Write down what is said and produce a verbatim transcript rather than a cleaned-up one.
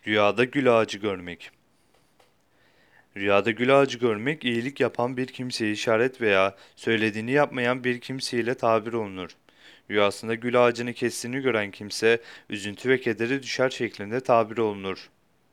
Rüyada gül ağacı görmek. Rüyada gül ağacı görmek, iyilik yapan bir kimseye işaret veya söylediğini yapmayan bir kimseyle tabir olunur. Rüyasında gül ağacını kestiğini gören kimse, üzüntü ve kedere düşer şeklinde tabir olunur.